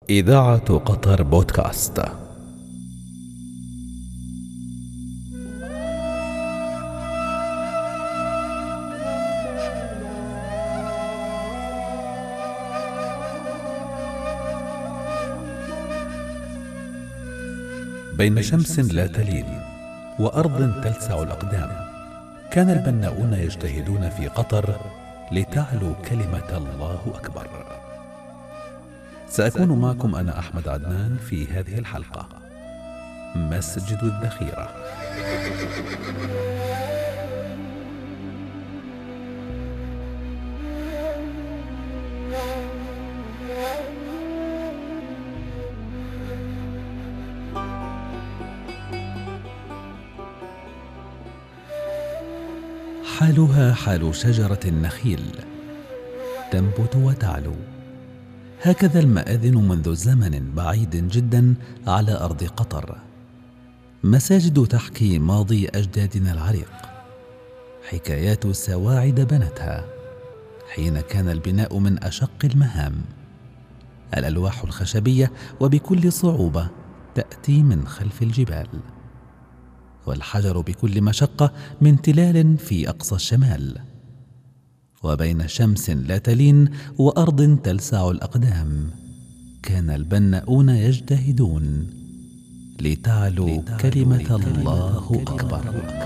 إذاعة قطر بودكاست. بين شمس لا تلين وأرض تلسع الأقدام، كان البناؤون يجتهدون في قطر لتعلو كلمة الله أكبر. سأكون معكم أنا أحمد عدنان في هذه الحلقة. مسجد الذخيرة. حالها حال شجرة النخيل، تنبت وتعلو. هكذا المآذن منذ زمن بعيد جدا على أرض قطر. مساجد تحكي ماضي أجدادنا العريق، حكايات سواعد بنتها حين كان البناء من أشق المهام. الألواح الخشبية وبكل صعوبة تأتي من خلف الجبال، والحجر بكل مشقة من تلال في أقصى الشمال. وبين شمس لا تلين وأرض تلسع الأقدام، كان البناؤون يجتهدون لتعلو كلمة الله أكبر.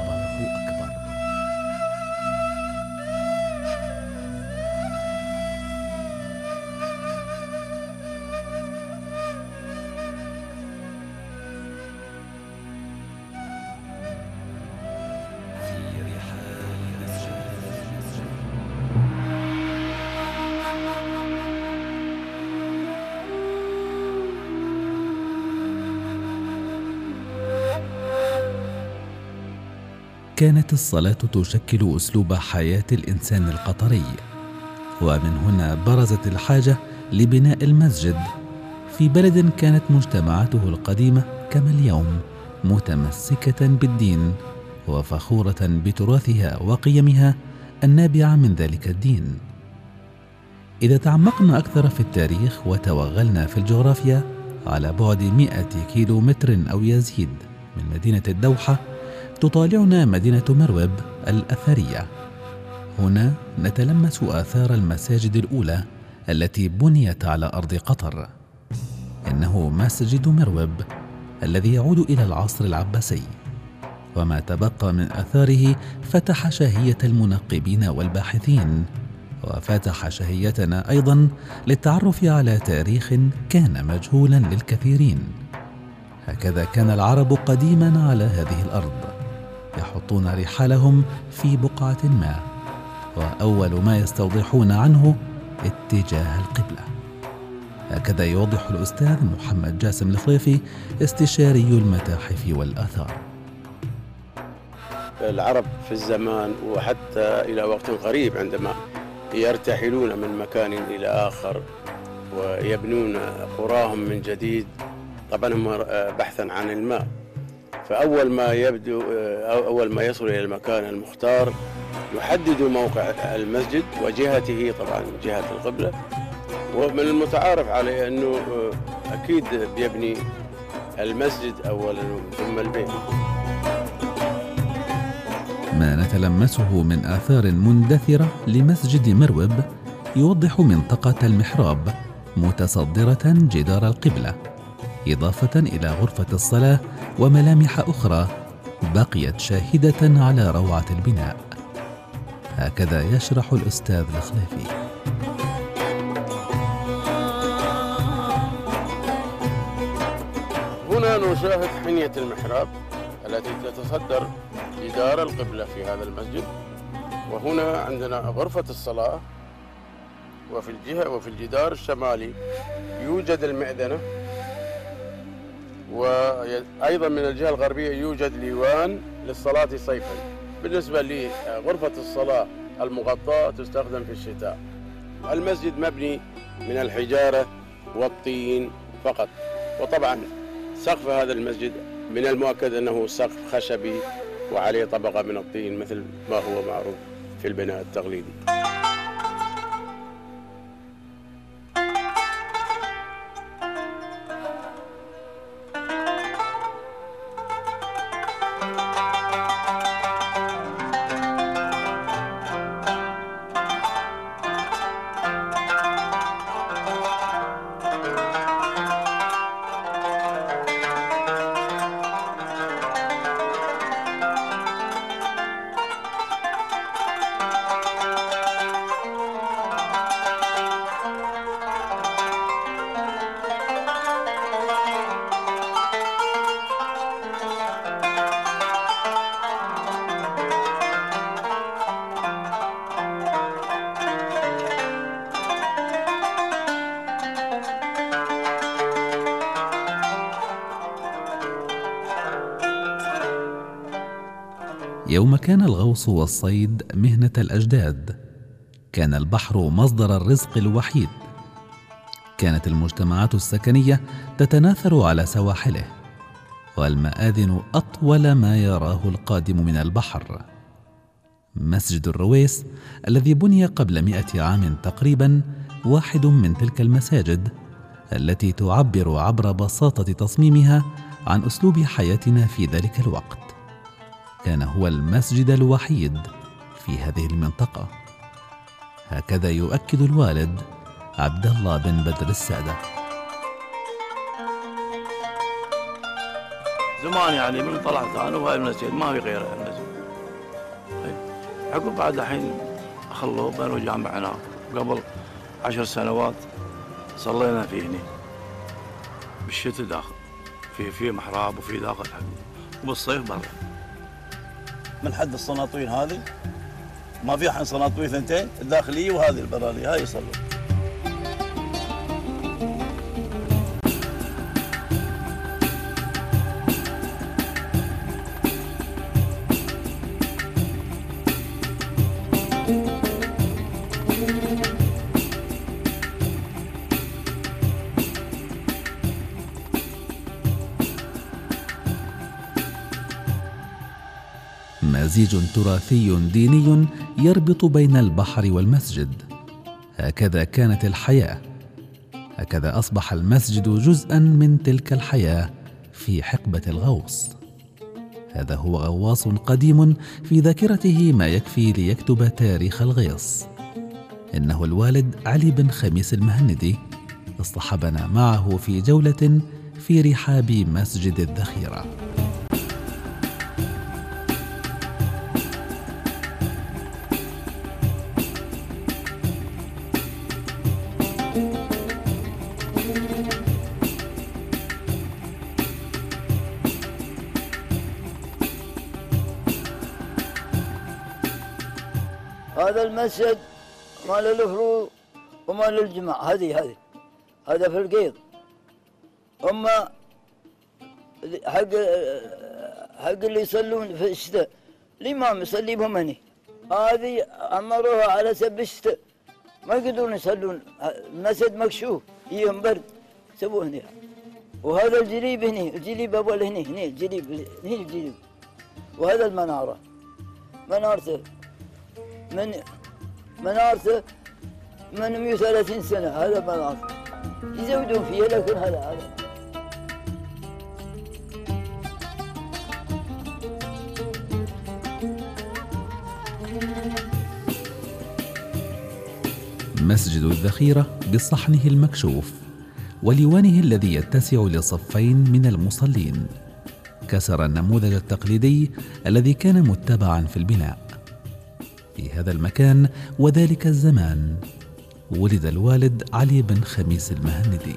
كانت الصلاة تشكل أسلوب حياة الإنسان القطري، ومن هنا برزت الحاجة لبناء المسجد في بلد كانت مجتمعاته القديمة كما اليوم متمسكة بالدين وفخورة بتراثها وقيمها النابعة من ذلك الدين. إذا تعمقنا أكثر في التاريخ وتوغلنا في الجغرافيا، على بعد 100 كيلومتر أو يزيد من مدينة الدوحة تطالعنا مدينة مروب الأثرية. هنا نتلمس آثار المساجد الأولى التي بنيت على أرض قطر. إنه مسجد مروب الذي يعود إلى العصر العباسي، وما تبقى من آثاره فتح شهية المنقبين والباحثين، وفتح شهيتنا أيضا للتعرف على تاريخ كان مجهولا للكثيرين. هكذا كان العرب قديما على هذه الأرض، يحطون رحالهم في بقعة ما، وأول ما يستوضحون عنه اتجاه القبلة. هكذا يوضح الأستاذ محمد جاسم الخليفي استشاري المتاحف والآثار. العرب في الزمان وحتى إلى وقت قريب عندما يرتحلون من مكان إلى آخر ويبنون قراهم من جديد، طبعا هم بحثا عن الماء، فأول ما يصل إلى المكان المختار يحدد موقع المسجد وجهته، طبعا جهة القبلة. ومن المتعارف عليه أنه أكيد بيبني المسجد أولا ثم البيت. ما نتلمسه من آثار مندثرة لمسجد مروب يوضح منطقة المحراب متصدرة جدار القبلة، إضافة إلى غرفة الصلاة وملامح أخرى بقيت شاهدة على روعة البناء. هكذا يشرح الأستاذ الخليفي. هنا نشاهد حنية المحراب التي تتصدر جدار القبلة في هذا المسجد، وهنا عندنا غرفة الصلاة، وفي الجدار الشمالي يوجد المئذنة، وأيضا من الجهة الغربية يوجد ليوان للصلاة صيفا. بالنسبة لغرفة الصلاة المغطاة تستخدم في الشتاء. المسجد مبني من الحجارة والطين فقط، وطبعا سقف هذا المسجد من المؤكد أنه سقف خشبي وعليه طبقة من الطين مثل ما هو معروف في البناء التقليدي. يوم كان الغوص والصيد مهنة الأجداد، كان البحر مصدر الرزق الوحيد. كانت المجتمعات السكنية تتناثر على سواحله، والمآذن أطول ما يراه القادم من البحر. مسجد الرويس الذي بني قبل 100 عام تقريبا واحد من تلك المساجد التي تعبر عبر بساطة تصميمها عن أسلوب حياتنا في ذلك الوقت. كان هو المسجد الوحيد في هذه المنطقة. هكذا يؤكد الوالد عبد الله بن بدر السادة. زمان يعني من طلعت انا وهاي المسجد ما في غيره المسجد. عقب بعد الحين خلوه بنوا جامع هناك. قبل 10 سنوات صلينا فيه هنا بالشتاء داخل في محراب وفي داخل وبالصيف برا. من حد الصناطوين هذه ما في الحين صناطوي ثنتين، الداخليه وهذه البراريه هاي يصلوا. مزيج تراثي ديني يربط بين البحر والمسجد. هكذا كانت الحياة، هكذا أصبح المسجد جزءا من تلك الحياة في حقبة الغوص. هذا هو غواص قديم في ذاكرته ما يكفي ليكتب تاريخ الغيص. إنه الوالد علي بن خميس المهندي، اصطحبنا معه في جولة في رحاب مسجد الذخيرة. هذا المسجد مال الفرو ومال الجماعة. هذه هذا في القيض. أما حق اللي يصلون في الشتاء الإمام يصلي بهم هني. هذه عمروها على سب الشتاء ما يقدرون يصلون، المسجد مكشوف يجيهم برد سووه هنا. وهذا الجليب هني، الجليب أول هني الجليب هني الجليب. وهذا المنارة منارته منارته من 130 سنة. هذا منارته يزودون فيها لكن هذا مسجد الذخيرة بصحنه المكشوف ولوانه الذي يتسع لصفين من المصلين كسر النموذج التقليدي الذي كان متبعا في البناء. في هذا المكان وذلك الزمان ولد الوالد علي بن خميس المهندي.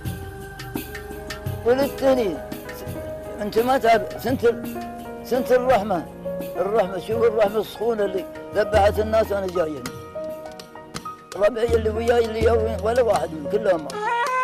ولدت هني انت ما تعرف سنة الرحمة. شوف الرحمة السخونة اللي ذبحت الناس وانا جاي هنا. ربعي اللي وياي اللي يوين ولا واحد من كلهم مات.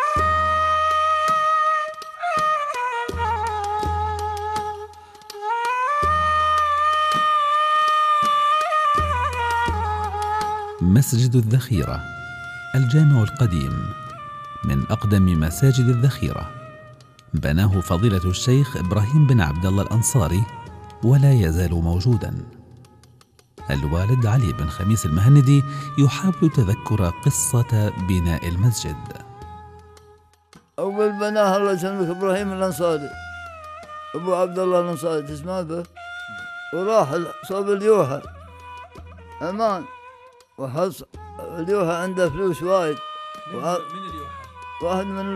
مسجد الذخيرة الجامع القديم من أقدم مساجد الذخيرة، بناه فضيلة الشيخ إبراهيم بن عبد الله الأنصاري ولا يزال موجودا. الوالد علي بن خميس المهندي يحاول تذكر قصة بناء المسجد. أول بناها الله يسلمك إبراهيم الأنصاري، أبو عبد الله الأنصاري تسمع به، وراح صوب اليوحة أمان وحص اليوحة عنده فلوس وايد. من اليوحة؟ واحد من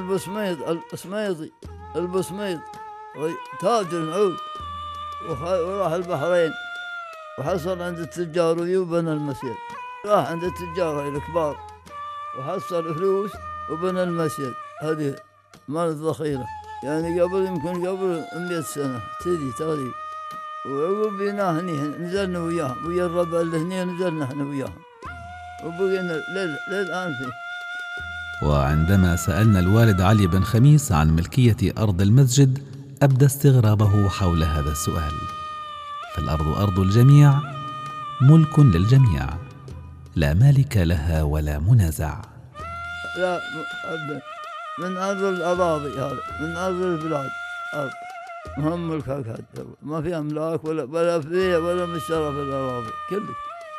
البصميط تاجر نعود، وراح البحرين وحصل عند التجار وبنى المسجد. راح عند التجار الكبار وحصل فلوس وبنى المسجد. هذه مال الذخيرة يعني يمكن قبل 100 سنة تدي تقريبا. وعقب بيناه هني نزلنا وياهم ويا الربع اللي هني نزلنا احنا وياهم وبقينا للآن فيه. وعندما سألنا الوالد علي بن خميس عن ملكية أرض المسجد أبدى استغرابه حول هذا السؤال. فالأرض أرض الجميع، ملك للجميع، لا مالك لها ولا منازع. لا أبدا، من أرض الأراضي هذا، من أرض البلاد، أرض مهم ملكك حتى ما في أملاك ولا فيه ولا مشترى في الأراضي كله.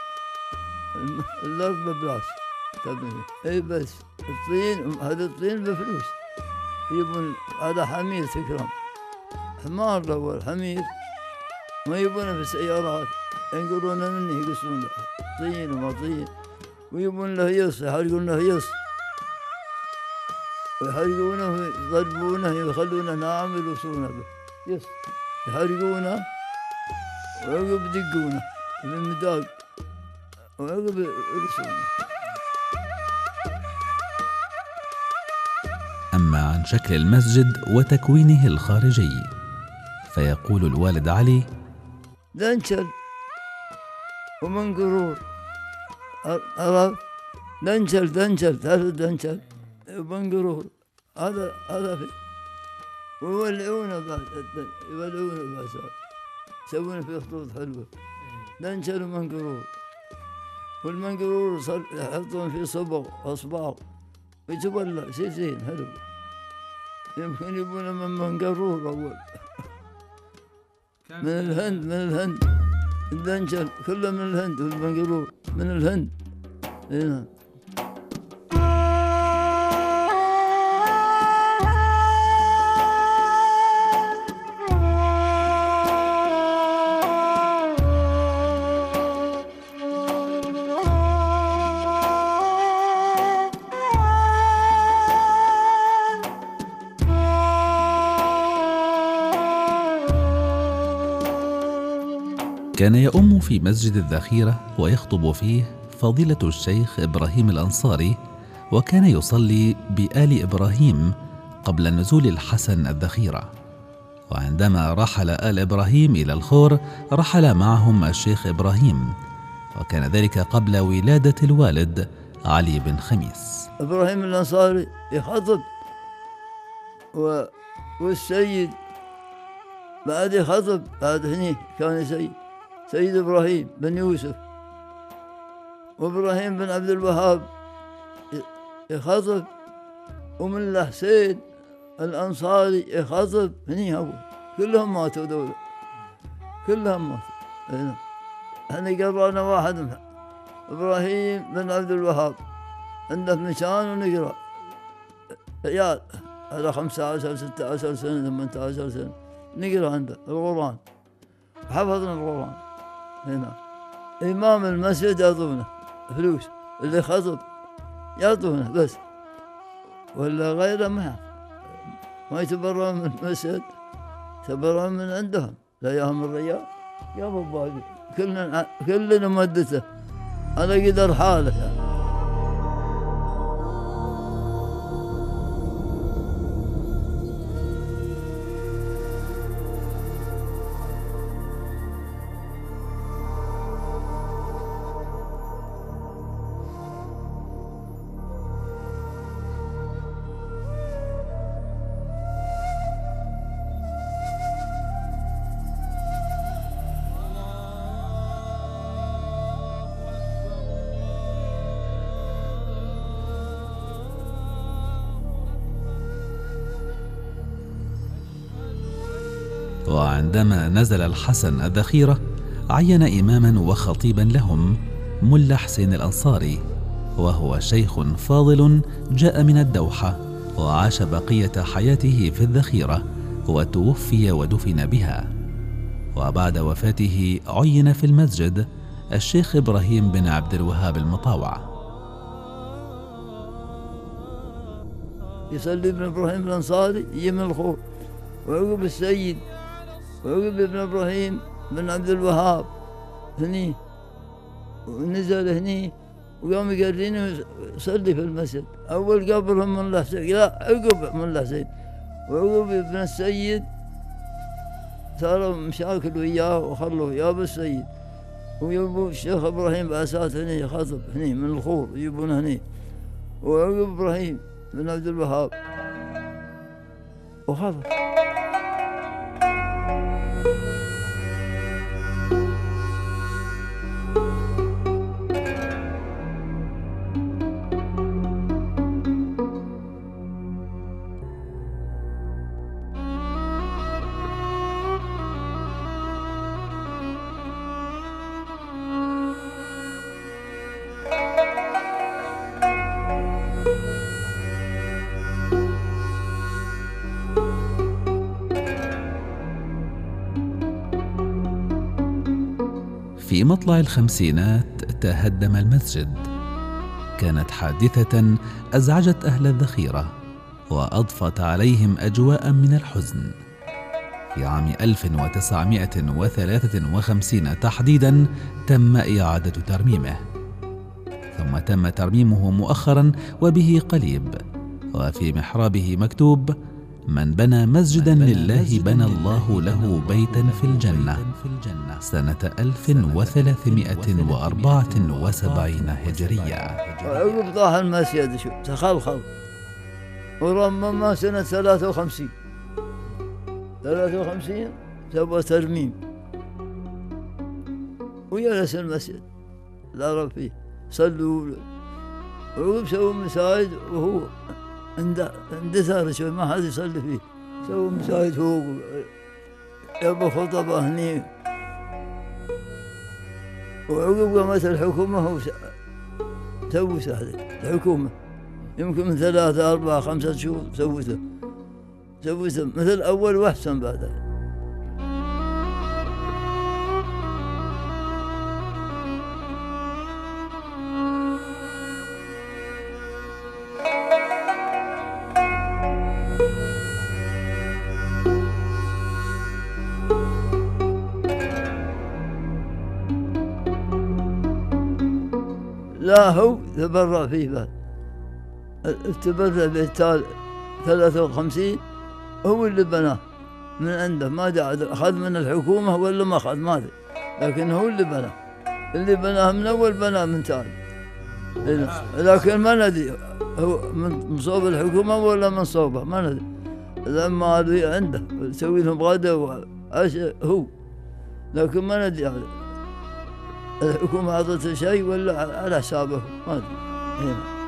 الأرض ببلاش تبني. إي بس الطين، هذا الطين بفلوس يبون. هذا حمير تكرم، حمار الأول حمير، ما يبونه في السيارات، ينقلونه منه يقصون له طين وما طين، ويبون له يص، يحرقون له يص، ويحرقونه يضربونه يخلونه ناعم يلبسونه به يص، يحرقونه وعقب يدقونه بالمداق وعقب يلبسونه. أما عن شكل المسجد وتكوينه الخارجي فيقول الوالد علي: دنشل ومن قرور، عرفت؟ دنشل تعرف دنشل ومن قرور، هذا في، ويولعونه بعد، يولعونه بعد يسوون فيه خطوط حلوة. دنشل ومن قرور، والمن قرور يحطون فيه أصباغ يتولع زين حلو. يمكن يبونه من قرور أول من الهند الدنشل كله من الهند، والمنقرور من الهند. هنا كان يؤم في مسجد الذخيرة ويخطب فيه فضيلة الشيخ إبراهيم الأنصاري، وكان يصلي بآل إبراهيم قبل نزول الحسن الذخيرة. وعندما رحل آل إبراهيم إلى الخور رحل معهم الشيخ إبراهيم، وكان ذلك قبل ولادة الوالد علي بن خميس. إبراهيم الأنصاري يخطب والسيد بعد يخطب، بعد هني كان سيد إبراهيم بن يوسف، وإبراهيم بن عبد الوهاب يخطب، ومن الحسين الأنصاري يخطب هني. هو كلهم ماتوا دولة، كلهم ماتوا. احنا قرانا واحد إبراهيم بن عبد الوهاب عنده مكان ونقرأ عيال على 15 16 سنة 18 سنة نقرأ عنده القرآن، حفظنا القرآن. هنا إمام المسجد يعطونه فلوس، اللي خطب يعطونه بس، ولا غيره ما يتبرعون من المسجد، يتبرعون من عندهم. لا ياهم الريال يا بابا، كلنا مدته على قدر حاله يعني. وعندما نزل الحسن الذخيرة عين إماما وخطيبا لهم ملا حسين الأنصاري، وهو شيخ فاضل جاء من الدوحة وعاش بقية حياته في الذخيرة، وتوفي ودفن بها. وبعد وفاته عين في المسجد الشيخ إبراهيم بن عبد الوهاب المطاوع. يصلي ابن إبراهيم الأنصاري يجي من الخور، وعقب السيد، وعقب ابن إبراهيم بن عبد الوهاب هني، ونزل هني وقام يقريني يصلي في المسجد. أول قبلهم من الحسين، لا عقب من الحسين، وعقب ابن السيد صاروا مشاكل وياه وخلوه يابو السيد، ويبو الشيخ إبراهيم بأساس هني يخطب هني من الخور يجيبون هني، وعقب إبراهيم بن عبد الوهاب وخطب. في مطلع الخمسينات تهدم المسجد. كانت حادثة أزعجت أهل الذخيرة وأضفت عليهم أجواء من الحزن. في عام 1953 تحديداً تم إعادة ترميمه، ثم تم ترميمه مؤخراً وبه قليب، وفي محرابه مكتوب: من بنى مسجداً لله بنى الله له بيتاً في الجنة، سنة 1374 هجرية. وعقب طاح المسجد شو تخلخل ورمم سنة 53 سوى ترميم وجلس المسجد العرب فيه صلوا، وعقب سووا مساجد وهو عنده ثار شوي ما حد يصلي فيه، سووا مساجد فوق يبقى خطبة هني. وعقب قامت الحكومة هو سووا سهلة الحكومة يمكن من 3 4 5 شهور سوته مثل أول وأحسن بعدها. لا هو تبرع فيه بعد، التبرع بالتال 53 هو اللي بناه من عنده، ما أخذ من الحكومة ولا ما أخذ ما أدري، لكن هو اللي بناه من أول بناه من تالي، لكن ما ندري هو من صوب الحكومة ولا من صوبه ما ندري. لما عنده يسوي لهم غدا وعشاء هو، لكن ما ندري الحكومة أعطته شيء ولا على حسابه ما أدري. هنا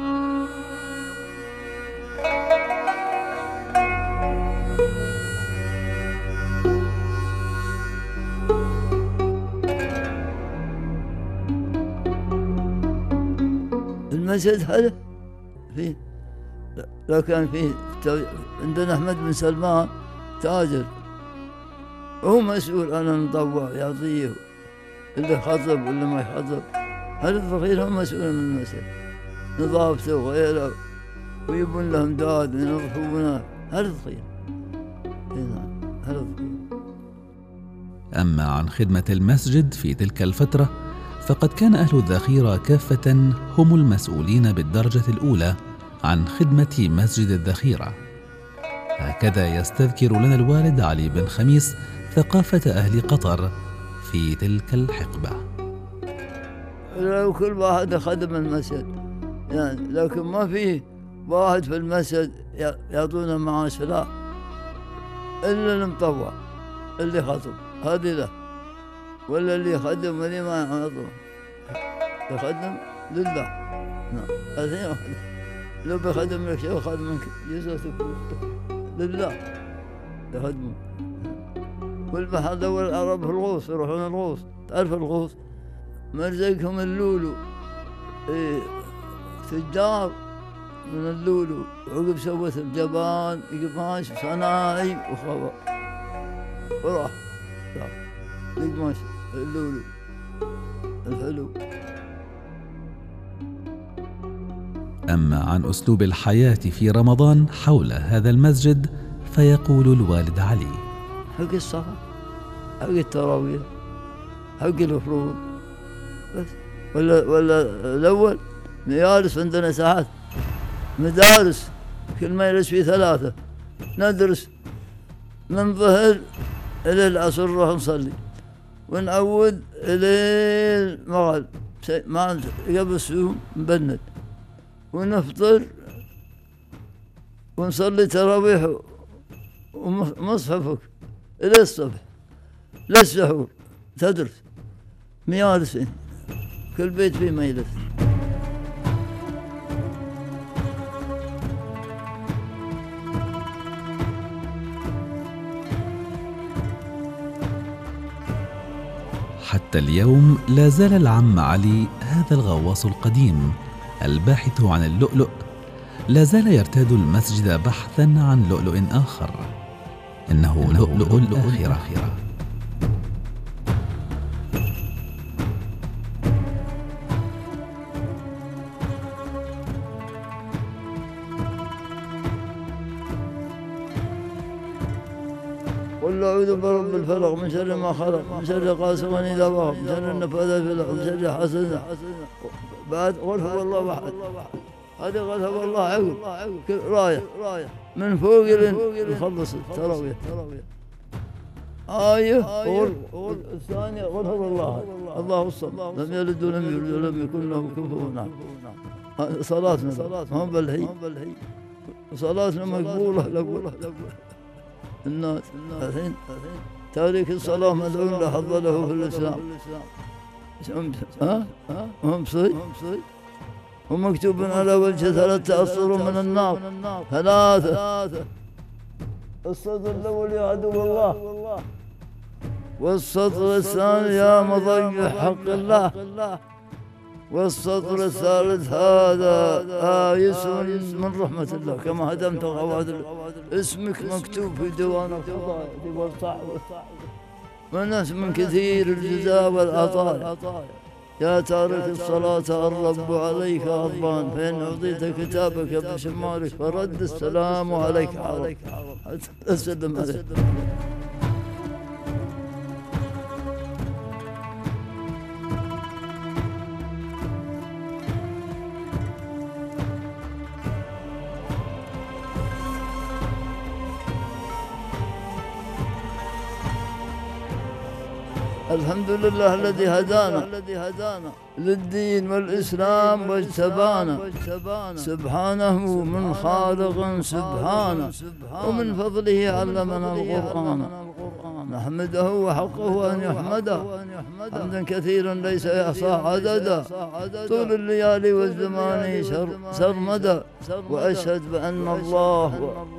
المسجد هذا فيه، لو كان فيه عندنا أحمد بن سلمان تاجر وهو مسؤول عن المطوع يعطيه اللي خطب واللي ما يخطب، هل الفقير هم مسؤولين من المسجد نظافته وغيره ويبون لهم داد وينظفونه، هل الفقير هل الفقير. أما عن خدمة المسجد في تلك الفترة فقد كان أهل الذخيرة كافة هم المسؤولين بالدرجة الأولى عن خدمة مسجد الذخيرة. هكذا يستذكر لنا الوالد علي بن خميس ثقافة أهل قطر في تلك الحقبة. لو كل واحد خدم المسجد يعني، لكن ما فيه واحد في المسجد يعطونا معاش لا، إلا المطوع اللي خطب هذه له، ولا اللي يخدم واللي ما يعطوه يخدم لله. نعم هذه لو بيخدم لك شيء يأخذ منك جزء لله يخدمه. والبحر دول العرب في الغوص يروحون الغوص، تعرف الغوص مرزقهم اللولو، تجار من اللولو، وعقب سوت الجبان قماش صناعي وخبر وراح قماش اللولو الحلو. أما عن أسلوب الحياة في رمضان حول هذا المسجد فيقول الوالد علي: حق الصلاة، حق التراويح، حق الفروض بس. ولا الأول نجالس عندنا ساعات مدارس كل ما يجلس فيه 3 ندرس من ظهر إلى العصر نروح نصلي ونعود إلى المغرب ما قبل الصوم نبند ونفطر ونصلي تراويح ومصحفك إلى الصبح للسحور تدرس مجالس، كل بيت فيه مجلس. حتى اليوم لا زال العم علي هذا الغواص القديم الباحث عن اللؤلؤ لا زال يرتاد المسجد بحثا عن لؤلؤ آخر، إنه لؤلؤ الآخرة. قل أعوذ برب الفلق من شر ما خلق من شر غاسق إذا وقب من شر النفاثات في العقد من شر حاسد. بعد قل هو الله أحد. هذه قل هو الله عقب راية من فوق يخلص التراويح. آية الثانية قل هو الله الله الصمد لم يلد ولم يولد ولم يكن له كفوا أحد. صلاتنا هم بالهي صلاتنا مقبولة الناس. الحين تاريخ الصلاة ملعون لا حظ له في الإسلام. هم صحيح ومكتوب على وجه 3 أسطر من النار 3. السطر الأول يا عدو الله، والسطر الثاني يا مضيع حق الله، والسطر الثالث هذا آيس من رحمة الله كما هدمت غوادر. اسمك مكتوب في ديوان القضايا والصعب والناس من كثير الجزاء والعطايا. يا تارك الصلاة الرب عليك غضبان، فإن أعطيت كتابك بشمالك فرد السلام عليك حرام. أسلم عليك. الحمد لله الذي هدانا للدين والإسلام واجتبانا. سبحانه من خالق سبحانه، ومن فضله علمنا القرآن. نحمده وحقه أن يحمده حمدا كثيرا ليس يحصى عددا، طول الليالي والزمان سرمدا. وأشهد بأن الله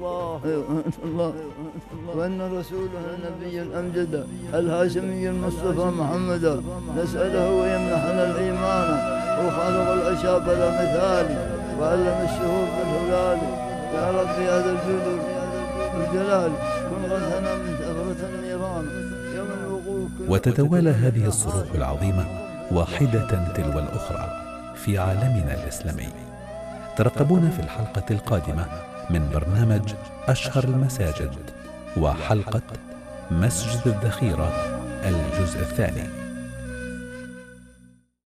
وأن رسوله النبي الأمجد الهاشمي المصطفى محمدا نسأله ويمنحنا الإيمان، وخالق الأشياء بلا مثال، وعلم الشهور بالهلال. يا رب يا ذا الجود والجلال كن غثنا من ثغرة النيران يوم الوقوف. وتتوالى هذه الصروح العظيمة واحدة تلو الأخرى في عالمنا الإسلامي. ترقبونا في الحلقة القادمة من برنامج أشهر المساجد، وحلقة مسجد الذخيرة الجزء الثاني.